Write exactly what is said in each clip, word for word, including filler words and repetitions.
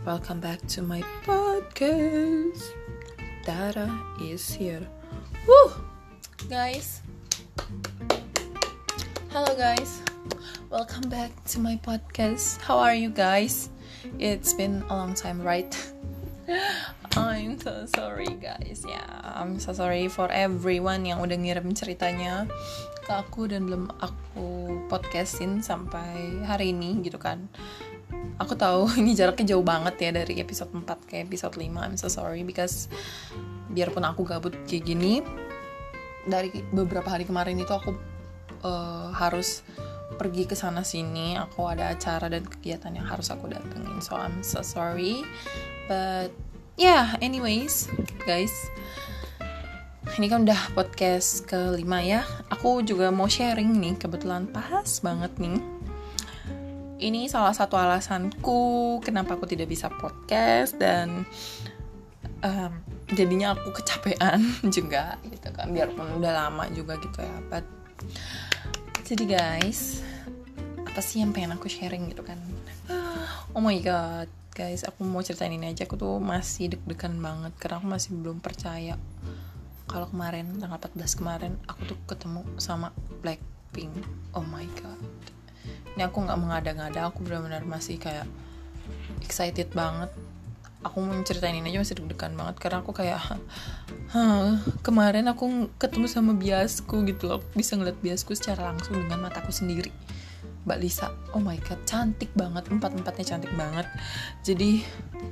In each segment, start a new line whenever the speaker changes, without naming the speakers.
Welcome back to my podcast. Dara is here. Woo! Guys. Hello guys. Welcome back to my podcast. How are you guys? It's been a long time, right? I'm so sorry guys. Ya, yeah, I'm so sorry for everyone yang udah ngirim ceritanya ke aku dan belum aku podcastin sampai hari ini gitu kan. Aku tahu ini jaraknya jauh banget ya dari episode empat ke episode lima. I'm so sorry because biarpun aku gabut kayak gini, dari beberapa hari kemarin itu aku uh, harus pergi ke sana sini. Aku ada acara dan kegiatan yang harus aku datengin. So I'm so sorry. But yeah, anyways, guys. Ini kan udah podcast kelima ya. Aku juga mau sharing nih, kebetulan pas banget nih. Ini salah satu alasanku kenapa aku tidak bisa podcast dan um, jadinya aku kecapean juga gitu kan, biarpun udah lama juga gitu ya. But jadi guys, apa sih yang pengen aku sharing gitu kan? Oh my god, guys, aku mau ceritain ini aja. Aku tuh masih deg-degan banget karena aku masih belum percaya kalau kemarin tanggal empat belas kemarin aku tuh ketemu sama Blackpink. Oh my god. Ini aku gak mengada-ngada, aku benar-benar masih kayak excited banget. Aku mau ceritain ini aja masih deg-degan banget karena aku kayak huh, kemarin aku ketemu sama biasku gitu loh. Aku bisa ngeliat biasku secara langsung dengan mataku sendiri, Mbak Lisa. Oh my god, cantik banget, empat-empatnya cantik banget. Jadi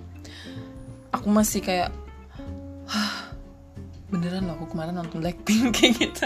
aku masih kayak huh, beneran loh aku kemarin nonton Blackpink kayak gitu.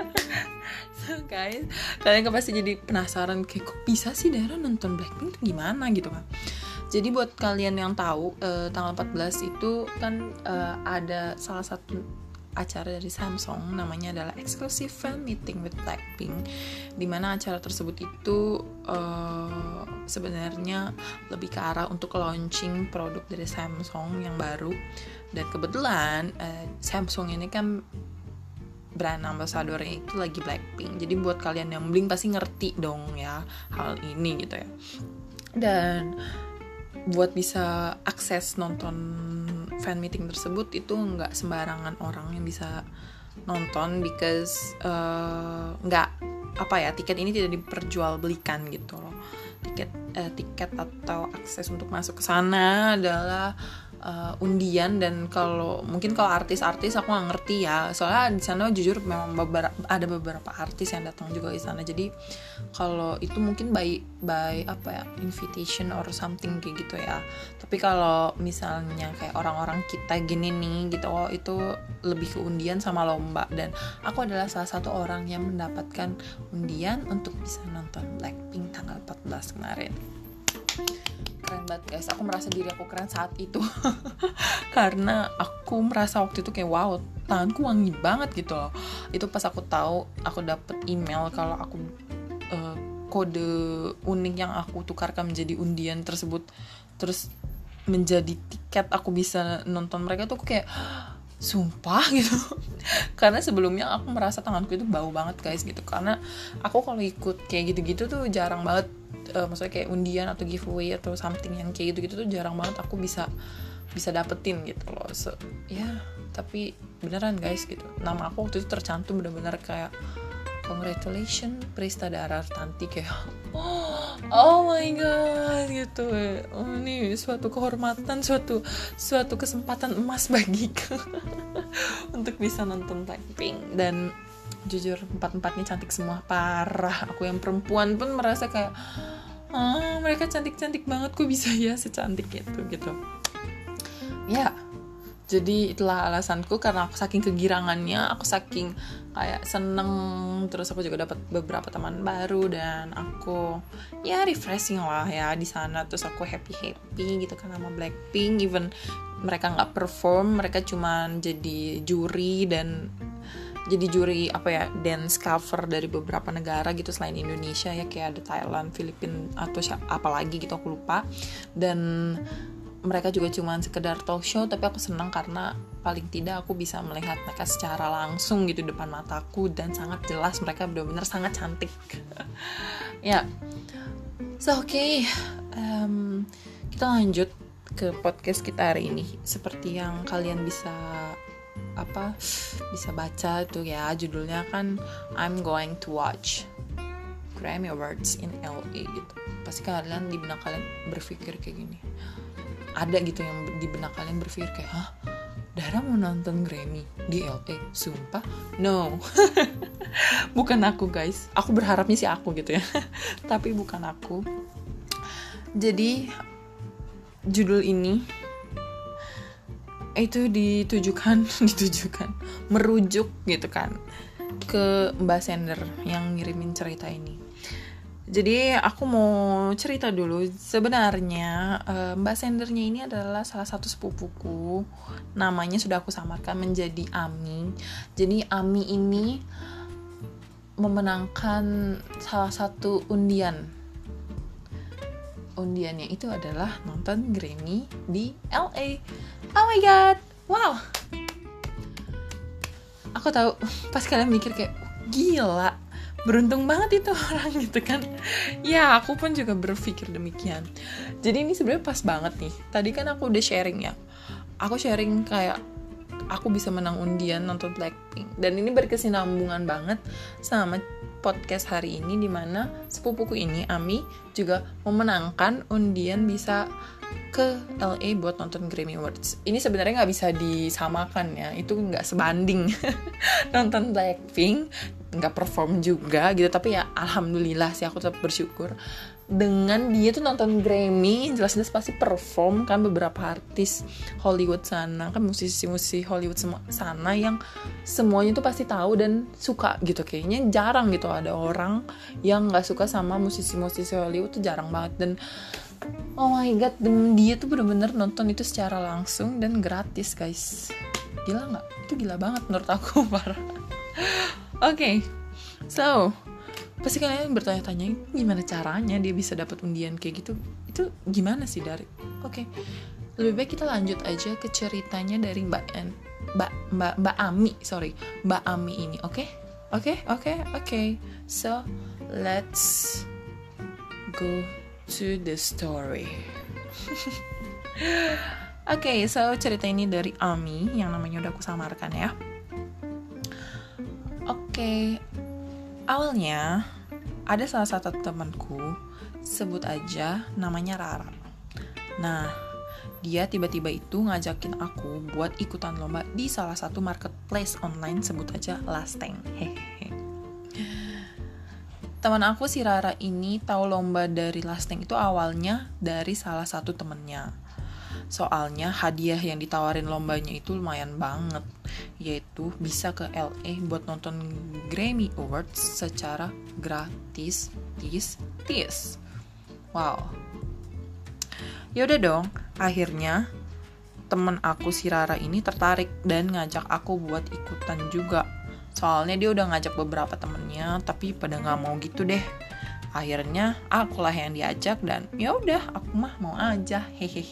So guys, kalian kan pasti jadi penasaran kayak kok bisa sih Dara nonton Blackpink tuh gimana gitu kan. Jadi buat kalian yang tahu, eh, tanggal empat belas itu kan eh, ada salah satu acara dari Samsung, namanya adalah Exclusive Fan Meeting with Blackpink, dimana acara tersebut itu eh, sebenarnya lebih ke arah untuk launching produk dari Samsung yang baru. Dan kebetulan eh, Samsung ini kan brand ambassador-nya itu lagi Blackpink. Jadi buat kalian yang bling pasti ngerti dong ya hal ini gitu ya. Dan buat bisa akses nonton fan meeting tersebut itu nggak sembarangan orang yang bisa nonton, because uh, nggak apa ya, tiket ini tidak diperjualbelikan gitu loh. Tiket uh, tiket atau akses untuk masuk ke sana adalah Uh, undian. Dan kalau mungkin kalau artis-artis aku nggak ngerti ya, soalnya di sana jujur memang beberapa, ada beberapa artis yang datang juga di sana. Jadi kalau itu mungkin by by apa ya, invitation or something kayak gitu ya. Tapi kalau misalnya kayak orang-orang kita gini nih gitu, oh itu lebih ke undian sama lomba. Dan aku adalah salah satu orang yang mendapatkan undian untuk bisa nonton Blackpink tanggal empat belas kemarin. Keren banget guys, aku merasa diri aku keren saat itu. Karena aku merasa waktu itu kayak wow, tanganku wangi banget gitu loh. Itu pas aku tahu, aku dapet email kalau aku uh, kode unik yang aku tukarkan menjadi undian tersebut terus menjadi tiket aku bisa nonton mereka tuh, aku kayak sumpah gitu. Karena sebelumnya aku merasa tanganku itu bau banget guys gitu, karena aku kalau ikut kayak gitu-gitu tuh jarang banget. Uh, maksudnya kayak undian atau giveaway atau something yang kayak gitu-gitu tuh jarang banget aku bisa bisa dapetin gitu loh. So ya yeah, tapi beneran guys gitu, nama aku waktu itu tercantum bener-bener kayak congratulations Prista Dara Artanti, kayak oh, oh my god gitu. Oh, ini suatu kehormatan, suatu suatu kesempatan emas bagiku untuk bisa nonton Blackpink. Dan jujur empat-empatnya cantik semua, parah. Aku yang perempuan pun merasa kayak ah, mereka cantik-cantik banget, kok bisa ya secantik itu gitu. Ya, jadi itulah alasanku, karena aku saking kegirangannya, aku saking kayak seneng, terus aku juga dapat beberapa teman baru dan aku ya refreshing lah ya di sana. Terus aku happy-happy gitu kan sama Blackpink, even mereka nggak perform, mereka cuman jadi juri dan jadi juri apa ya, dance cover dari beberapa negara gitu selain Indonesia ya, kayak ada Thailand, Filipina atau apa lagi gitu aku lupa. Dan mereka juga cuma sekedar talk show, tapi aku senang karena paling tidak aku bisa melihat mereka secara langsung gitu depan mataku, dan sangat jelas mereka benar-benar sangat cantik. Ya, yeah. So oke, okay. um, kita lanjut ke podcast kita hari ini. Seperti yang kalian bisa apa bisa baca tuh ya, judulnya kan I'm going to watch Grammy Awards in L A gitu. Pasti kalian di benak kalian berpikir kayak gini. Ada gitu yang di benak kalian berpikir kayak, hah? Dara mau nonton Grammy di L A? Sumpah? No. Bukan aku guys. Aku berharapnya sih aku gitu ya. Tapi bukan aku. Jadi judul ini itu ditujukan ditujukan merujuk gitu kan ke Mbak Sender yang ngirimin cerita ini. Jadi aku mau cerita dulu. Sebenarnya Mbak Sendernya ini adalah salah satu sepupuku. Namanya sudah aku samarkan menjadi Ami. Jadi Ami ini memenangkan salah satu undian. Undiannya itu adalah nonton Grammy di L A. Oh my god, wow. Aku tahu pas kalian mikir kayak gila, beruntung banget itu orang gitu kan. Ya aku pun juga berpikir demikian. Jadi ini sebenarnya pas banget nih. Tadi kan aku udah sharing ya. Aku sharing kayak aku bisa menang undian nonton Blackpink. Dan ini berkesinambungan banget sama podcast hari ini, dimana sepupuku ini, Ami, juga memenangkan undian bisa ke L A buat nonton Grammy Awards. Ini sebenarnya nggak bisa disamakan ya, itu nggak sebanding. Nonton Blackpink nggak perform juga gitu, tapi ya alhamdulillah sih aku tetap bersyukur dengan dia tuh nonton Grammy, jelas-jelas pasti perform kan. Beberapa artis Hollywood sana kan, musisi-musisi Hollywood semua sana yang semuanya tuh pasti tahu dan suka gitu. Kayaknya jarang gitu ada orang yang nggak suka sama musisi-musisi Hollywood, tuh jarang banget. Dan oh my god, dan dia tuh bener-bener nonton itu secara langsung dan gratis guys. Gila nggak? Itu gila banget menurut aku, parah. Oke, okay, so pasti kalian bertanya-tanya gimana caranya dia bisa dapat undian kayak gitu. Itu gimana sih dari? Oke, okay. Lebih baik kita lanjut aja ke ceritanya dari Mbak N, Mbak Mbak Mbak Ami, sorry, Mbak Ami ini. Oke, okay? oke, okay? oke, okay? oke. Okay. So let's go to the story. Oke, okay, so cerita ini dari Ami yang namanya udah aku samarkan ya. Oke. Okay. Awalnya ada salah satu temanku, sebut aja namanya Rara. Nah, dia tiba-tiba itu ngajakin aku buat ikutan lomba di salah satu marketplace online, sebut aja Lasteng. Hehehe. Teman aku si Rara ini tahu lomba dari Lasteng itu awalnya dari salah satu temennya. Soalnya hadiah yang ditawarin lombanya itu lumayan banget, yaitu bisa ke L A buat nonton Grammy Awards secara gratis. Tis, tis. Wow. Yaudah dong, akhirnya temen aku si Rara ini tertarik dan ngajak aku buat ikutan juga. Soalnya dia udah ngajak beberapa temennya, tapi pada nggak mau gitu deh. Akhirnya akulah yang diajak dan ya udah aku mah mau aja, hehehe.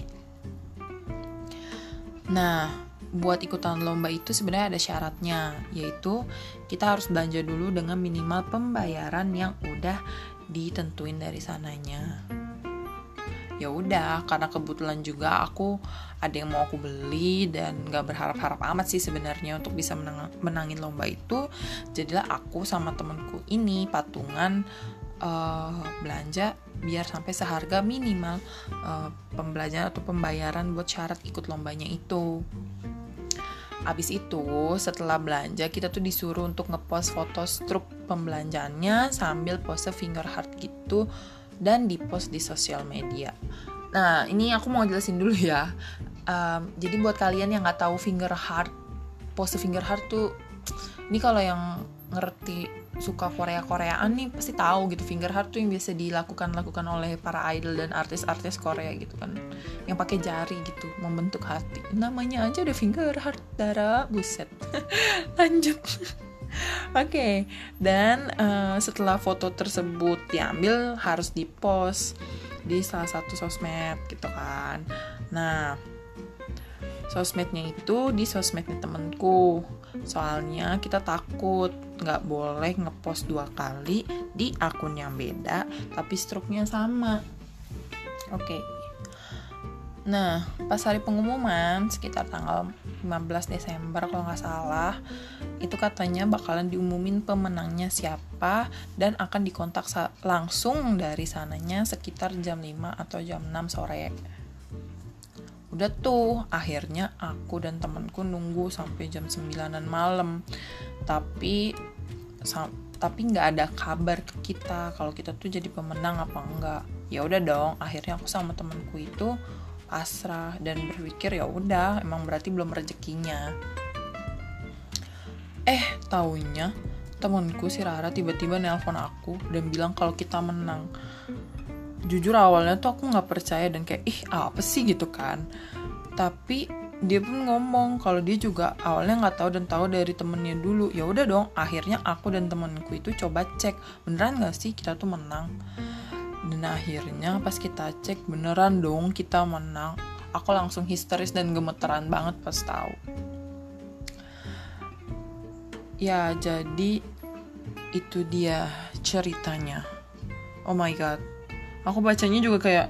Nah, buat ikutan lomba itu sebenarnya ada syaratnya, yaitu kita harus belanja dulu dengan minimal pembayaran yang udah ditentuin dari sananya. Ya udah, karena kebetulan juga aku ada yang mau aku beli dan nggak berharap-harap amat sih sebenarnya untuk bisa menang- menangin lomba itu. Jadilah aku sama temenku ini patungan uh, belanja biar sampai seharga minimal uh, pembelajaran atau pembayaran buat syarat ikut lombanya itu. Abis itu setelah belanja kita tuh disuruh untuk ngepost foto struk pembelanjaannya sambil pose finger heart gitu dan dipost di sosial media. Nah ini aku mau jelasin dulu ya. Um, jadi buat kalian yang nggak tahu finger heart, pose finger heart tuh, ini kalau yang ngerti suka Korea-Koreaan nih pasti tahu gitu. Finger heart tuh yang biasa dilakukan-lakukan oleh para idol dan artis-artis Korea gitu kan, yang pakai jari gitu membentuk hati. Namanya aja udah finger heart, Dara, buset. Lanjut. Oke, okay. Dan uh, setelah foto tersebut diambil harus dipost di salah satu sosmed gitu kan. Nah, sosmednya itu di sosmednya temenku. Soalnya kita takut nggak boleh ngepost dua kali di akun yang beda tapi struknya sama. Oke. Okay. Nah, pas hari pengumuman sekitar tanggal lima belas Desember kalau nggak salah, itu katanya bakalan diumumin pemenangnya siapa dan akan dikontak sa- langsung dari sananya sekitar jam lima atau jam enam sore. Udah tuh, akhirnya aku dan temanku nunggu sampai jam sembilanan malam. Tapi sam- tapi nggak ada kabar ke kita kalau kita tuh jadi pemenang apa enggak. Ya udah dong, akhirnya aku sama temanku itu pasrah dan berpikir ya udah, emang berarti belum rezekinya. Eh, taunya temanku si Rara tiba-tiba nelpon aku dan bilang kalau kita menang. Jujur awalnya tuh aku nggak percaya dan kayak ih apa sih gitu kan. Tapi dia pun ngomong kalau dia juga awalnya nggak tahu dan tahu dari temennya dulu. Ya udah dong, akhirnya aku dan temanku itu coba cek beneran nggak sih kita tuh menang. Dan akhirnya pas kita cek beneran dong kita menang. Aku langsung histeris dan gemeteran banget pas tahu. Ya jadi itu dia ceritanya. Oh my god. Aku bacanya juga kayak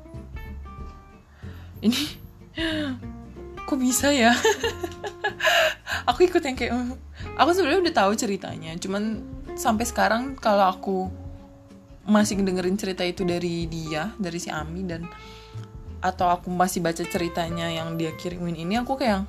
ini kok bisa ya? Aku ikut yang kayak aku sebenarnya udah tahu ceritanya. Cuman sampai sekarang kalau aku masih dengerin cerita itu dari dia, dari si Ami, dan atau aku masih baca ceritanya yang dia kirimin ini, aku kayak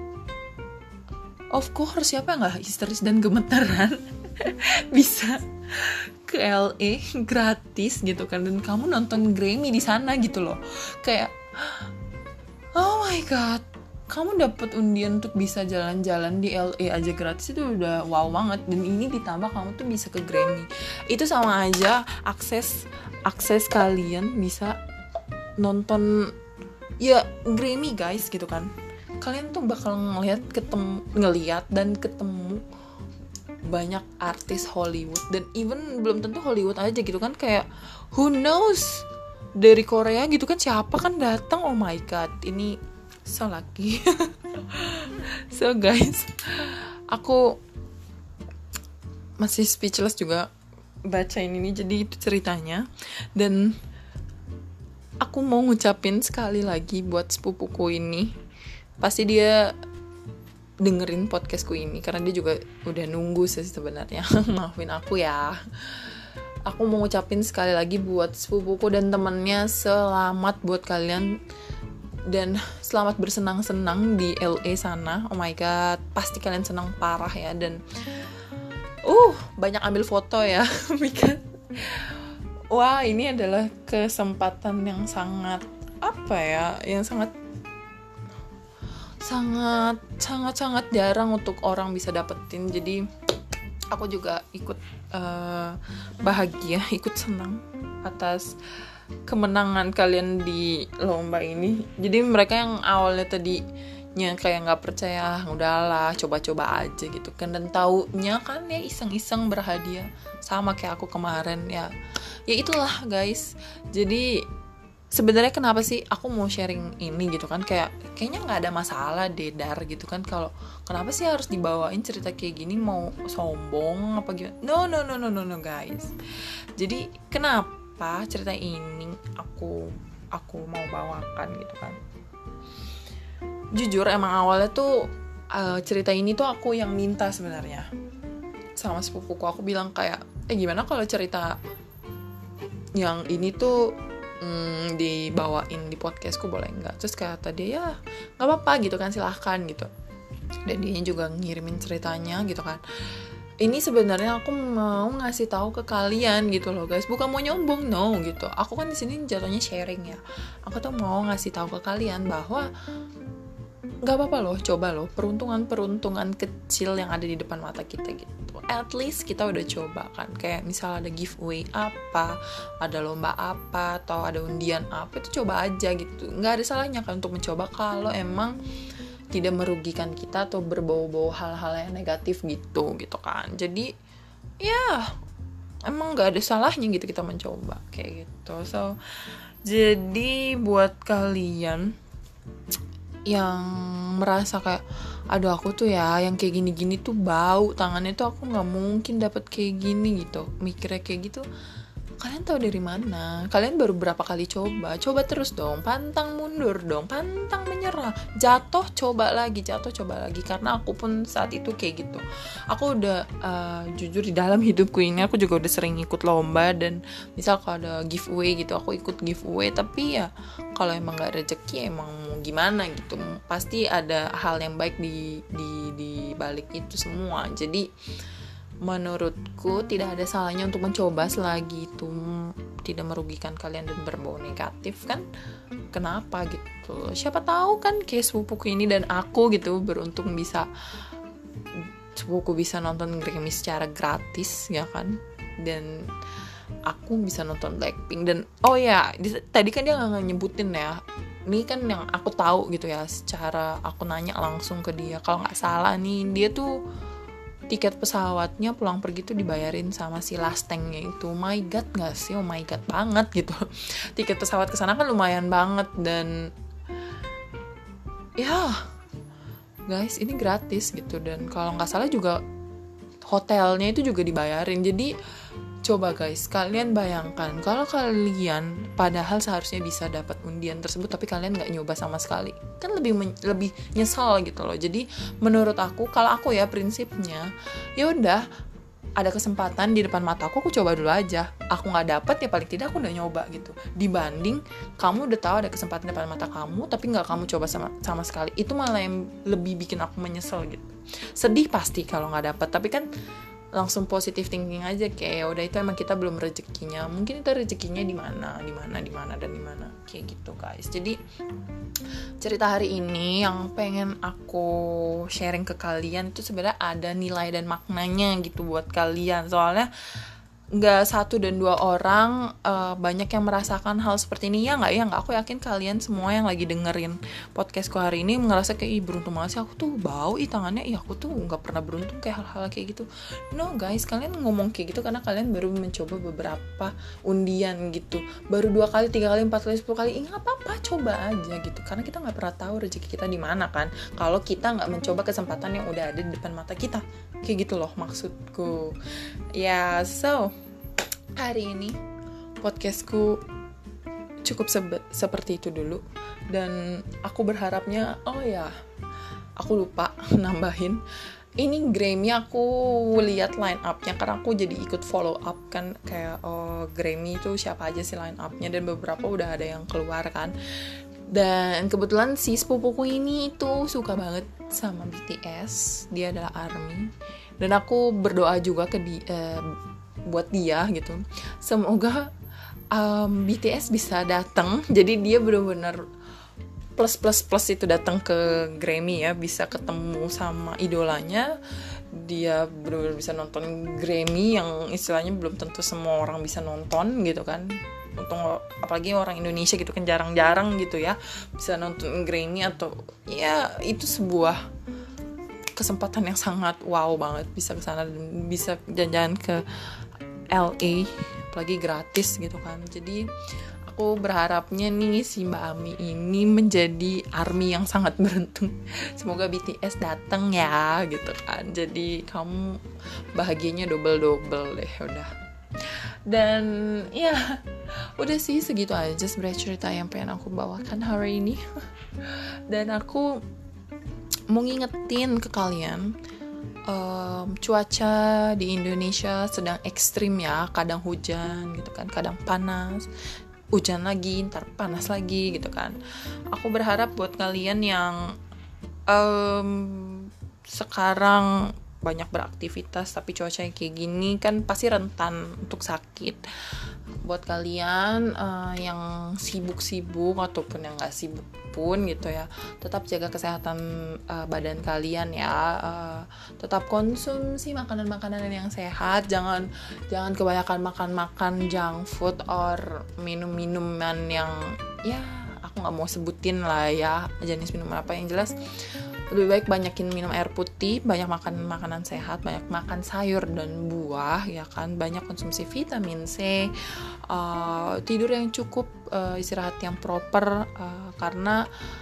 of course siapa yang gak histeris dan gemeteran bisa ke L A gratis gitu kan, dan kamu nonton Grammy di sana gitu loh, kayak oh my god, kamu dapat undian untuk bisa jalan-jalan di L A aja gratis, itu udah wow banget. Dan ini ditambah kamu tuh bisa ke Grammy. Itu sama aja akses akses kalian bisa nonton ya Grammy guys gitu kan. Kalian tuh bakal ngelihat ketemu ngelihat dan ketemu banyak artis Hollywood, dan even belum tentu Hollywood aja gitu kan, kayak who knows dari Korea gitu kan, siapa kan datang. Oh my god, ini so lucky. So guys, aku masih speechless juga bacain ini. Jadi itu ceritanya, dan aku mau ngucapin sekali lagi buat sepupuku ini, pasti dia dengerin podcastku ini karena dia juga udah nunggu sih sebenarnya. Maafin aku ya. Aku mau ngucapin sekali lagi buat sepupuku dan temennya, selamat buat kalian dan selamat bersenang-senang di L A sana. Oh my god, pasti kalian senang parah ya. Dan uh banyak ambil foto ya. Wah, ini adalah kesempatan yang sangat apa ya, yang sangat sangat sangat sangat jarang untuk orang bisa dapetin. Jadi aku juga ikut uh, bahagia, ikut senang atas kemenangan kalian di lomba ini. Jadi mereka yang awalnya tadinya kayak nggak percaya, udahlah coba-coba aja gitu kan, dan taunya kan ya iseng-iseng berhadiah sama kayak aku kemarin ya. Ya itulah guys. Jadi sebenarnya kenapa sih aku mau sharing ini gitu kan, kayak kayaknya nggak ada masalah deh Dar gitu kan, kalau kenapa sih harus dibawain cerita kayak gini, mau sombong apa gimana? No no no no no no guys. Jadi kenapa apa cerita ini aku aku mau bawakan gitu kan. Jujur emang awalnya tuh uh, cerita ini tuh aku yang minta sebenarnya sama sepupuku. Aku bilang kayak eh gimana kalau cerita yang ini tuh hmm, dibawain di podcastku boleh nggak? Terus kata dia ya nggak apa-apa gitu kan, silahkan gitu. Dan dia juga ngirimin ceritanya gitu kan. Ini sebenarnya aku mau ngasih tahu ke kalian gitu loh guys, bukan mau nyombong, no gitu. Aku kan di sini jatuhnya sharing ya. Aku tuh mau ngasih tahu ke kalian bahwa nggak apa-apa loh, coba loh peruntungan-peruntungan kecil yang ada di depan mata kita gitu. At least kita udah coba kan, kayak misal ada giveaway apa, ada lomba apa, atau ada undian apa, itu coba aja gitu. Nggak ada salahnya kan untuk mencoba kalau emang tidak merugikan kita atau berbau-bau hal-hal yang negatif gitu gitu kan. Jadi ya emang nggak ada salahnya gitu kita mencoba kayak gitu. So jadi buat kalian yang merasa kayak aduh aku tuh ya yang kayak gini-gini tuh bau tangannya tuh, aku nggak mungkin dapet kayak gini gitu, mikirnya kayak gitu, kalian tahu dari mana? Kalian baru berapa kali coba? Coba terus dong, pantang mundur dong, pantang menyerah. Jatuh coba lagi, jatuh coba lagi. Karena aku pun saat itu kayak gitu. Aku udah uh, jujur di dalam hidupku ini aku juga udah sering ikut lomba, dan misal kalau ada giveaway gitu aku ikut giveaway. Tapi ya kalau emang gak rezeki emang mau gimana gitu. Pasti ada hal yang baik di di di balik itu semua. Jadi menurutku tidak ada salahnya untuk mencoba selagi itu tidak merugikan kalian dan berbau negatif kan. Kenapa gitu, siapa tahu kan kayak sepupuku ini dan aku gitu beruntung bisa sepupuku bisa nonton Grammy secara gratis ya kan, dan aku bisa nonton Blackpink. Dan oh ya di, tadi kan dia nggak nyebutin ya, ini kan yang aku tahu gitu ya, secara aku nanya langsung ke dia, kalau nggak salah nih dia tuh tiket pesawatnya pulang pergi tuh dibayarin sama si Lastengnya itu. My god gak sih? Oh my god banget gitu. Tiket pesawat kesana kan lumayan banget. Dan ya guys ini gratis gitu. Dan kalau gak salah juga hotelnya itu juga dibayarin. Jadi coba guys, kalian bayangkan kalau kalian padahal seharusnya bisa dapat undian tersebut tapi kalian nggak nyoba sama sekali, kan lebih men- lebih nyesal gitu loh. Jadi menurut aku, kalau aku ya prinsipnya, ya udah ada kesempatan di depan mataku, aku coba dulu aja. Aku nggak dapet ya paling tidak aku udah nyoba gitu. Dibanding kamu udah tahu ada kesempatan di depan mata kamu tapi nggak kamu coba sama sama sekali, itu malah yang lebih bikin aku menyesal gitu. Sedih pasti kalau nggak dapet, tapi kan langsung positive thinking aja kayak udah itu emang kita belum rezekinya, mungkin itu rezekinya di mana di mana di mana dan di mana kayak gitu guys. Jadi cerita hari ini yang pengen aku sharing ke kalian itu sebenarnya ada nilai dan maknanya gitu buat kalian, soalnya nggak satu dan dua orang uh, banyak yang merasakan hal seperti ini ya nggak ya nggak aku yakin kalian semua yang lagi dengerin podcastku hari ini ngerasa kayak ih beruntung banget sih aku tuh bau ih tangannya, ih aku tuh nggak pernah beruntung kayak hal-hal kayak gitu. No guys, kalian ngomong kayak gitu karena kalian baru mencoba beberapa undian gitu, baru dua kali tiga kali empat kali sepuluh kali, ih nggak apa-apa coba aja gitu, karena kita nggak pernah tahu rezeki kita di mana kan kalau kita nggak mencoba kesempatan yang udah ada di depan mata kita kayak gitu loh maksudku ya. So hari ini podcastku cukup sebe- seperti itu dulu, dan aku berharapnya oh ya aku lupa nambahin ini Grammy, aku lihat line up-nya karena aku jadi ikut follow up kan kayak oh Grammy itu siapa aja sih line up-nya, dan beberapa udah ada yang keluar kan. Dan kebetulan si sepupuku ini tuh suka banget sama B T S, dia adalah ARMY, dan aku berdoa juga ke dia eh, buat dia gitu, semoga um, B T S bisa datang, jadi dia benar-benar plus plus plus itu datang ke Grammy ya, bisa ketemu sama idolanya, dia benar-benar bisa nonton Grammy yang istilahnya belum tentu semua orang bisa nonton gitu kan. Untung apalagi orang Indonesia gitu kan jarang-jarang gitu ya bisa nonton Grammy, atau ya itu sebuah kesempatan yang sangat wow banget bisa ke sana dan bisa jalan-jalan ke L A apalagi gratis gitu kan. Jadi aku berharapnya nih si Mbak Ami ini menjadi ARMY yang sangat beruntung. Semoga B T S datang ya gitu kan. Jadi kamu bahagianya double-double deh udah. Dan ya udah sih segitu aja sebenarnya cerita yang pengen aku bawakan hari ini. Dan aku mau ngingetin ke kalian, um, cuaca di Indonesia sedang ekstrim ya, kadang hujan gitu kan, kadang panas, hujan lagi, ntar panas lagi gitu kan. Aku berharap buat kalian yang um, sekarang banyak beraktivitas tapi cuacanya kayak gini kan pasti rentan untuk sakit. Buat kalian uh, yang sibuk-sibuk ataupun yang gak sibuk pun gitu ya, tetap jaga kesehatan uh, badan kalian ya, uh, tetap konsumsi makanan-makanan yang sehat, jangan jangan kebanyakan makan-makan junk food or minum-minuman yang ya aku gak mau sebutin lah ya jenis minuman apa, yang jelas lebih baik banyakin minum air putih, banyak makan makanan sehat, banyak makan sayur dan buah ya kan, banyak konsumsi vitamin C, uh, tidur yang cukup, uh, istirahat yang proper, uh, karena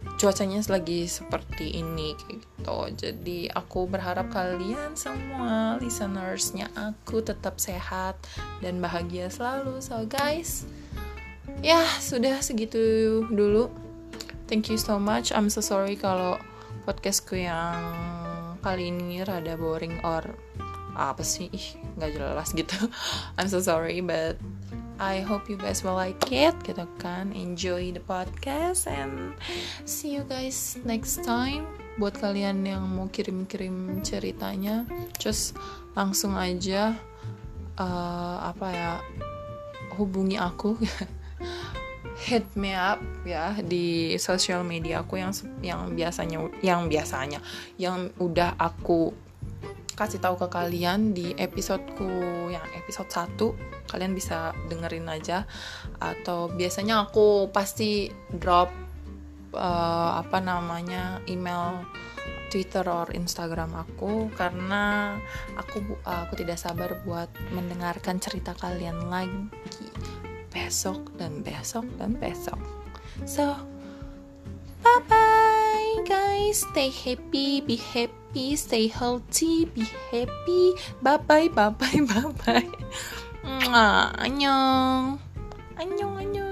cuacanya lagi seperti ini kayak gitu. Jadi aku berharap kalian semua listenersnya aku tetap sehat dan bahagia selalu. So guys, ya sudah segitu dulu. Thank you so much. I'm so sorry kalau podcastku yang kali ini rada boring or apa sih, ih nggak jelas gitu. I'm so sorry, but I hope you guys will like it gitu kan. Enjoy the podcast and see you guys next time. Buat kalian yang mau kirim-kirim ceritanya, just langsung aja uh, apa ya hubungi aku. Hit me up ya di sosial media aku yang yang biasanya yang biasanya yang udah aku kasih tahu ke kalian di episodeku yang episode satu. Kalian bisa dengerin aja, atau biasanya aku pasti drop uh, apa namanya email Twitter or Instagram aku, karena aku uh, aku tidak sabar buat mendengarkan cerita kalian lagi besok dan besok dan besok. So bye bye guys, stay happy, be happy, stay healthy, be happy. Bye bye bye bye bye bye. Annyeong. Annyeong annyeong.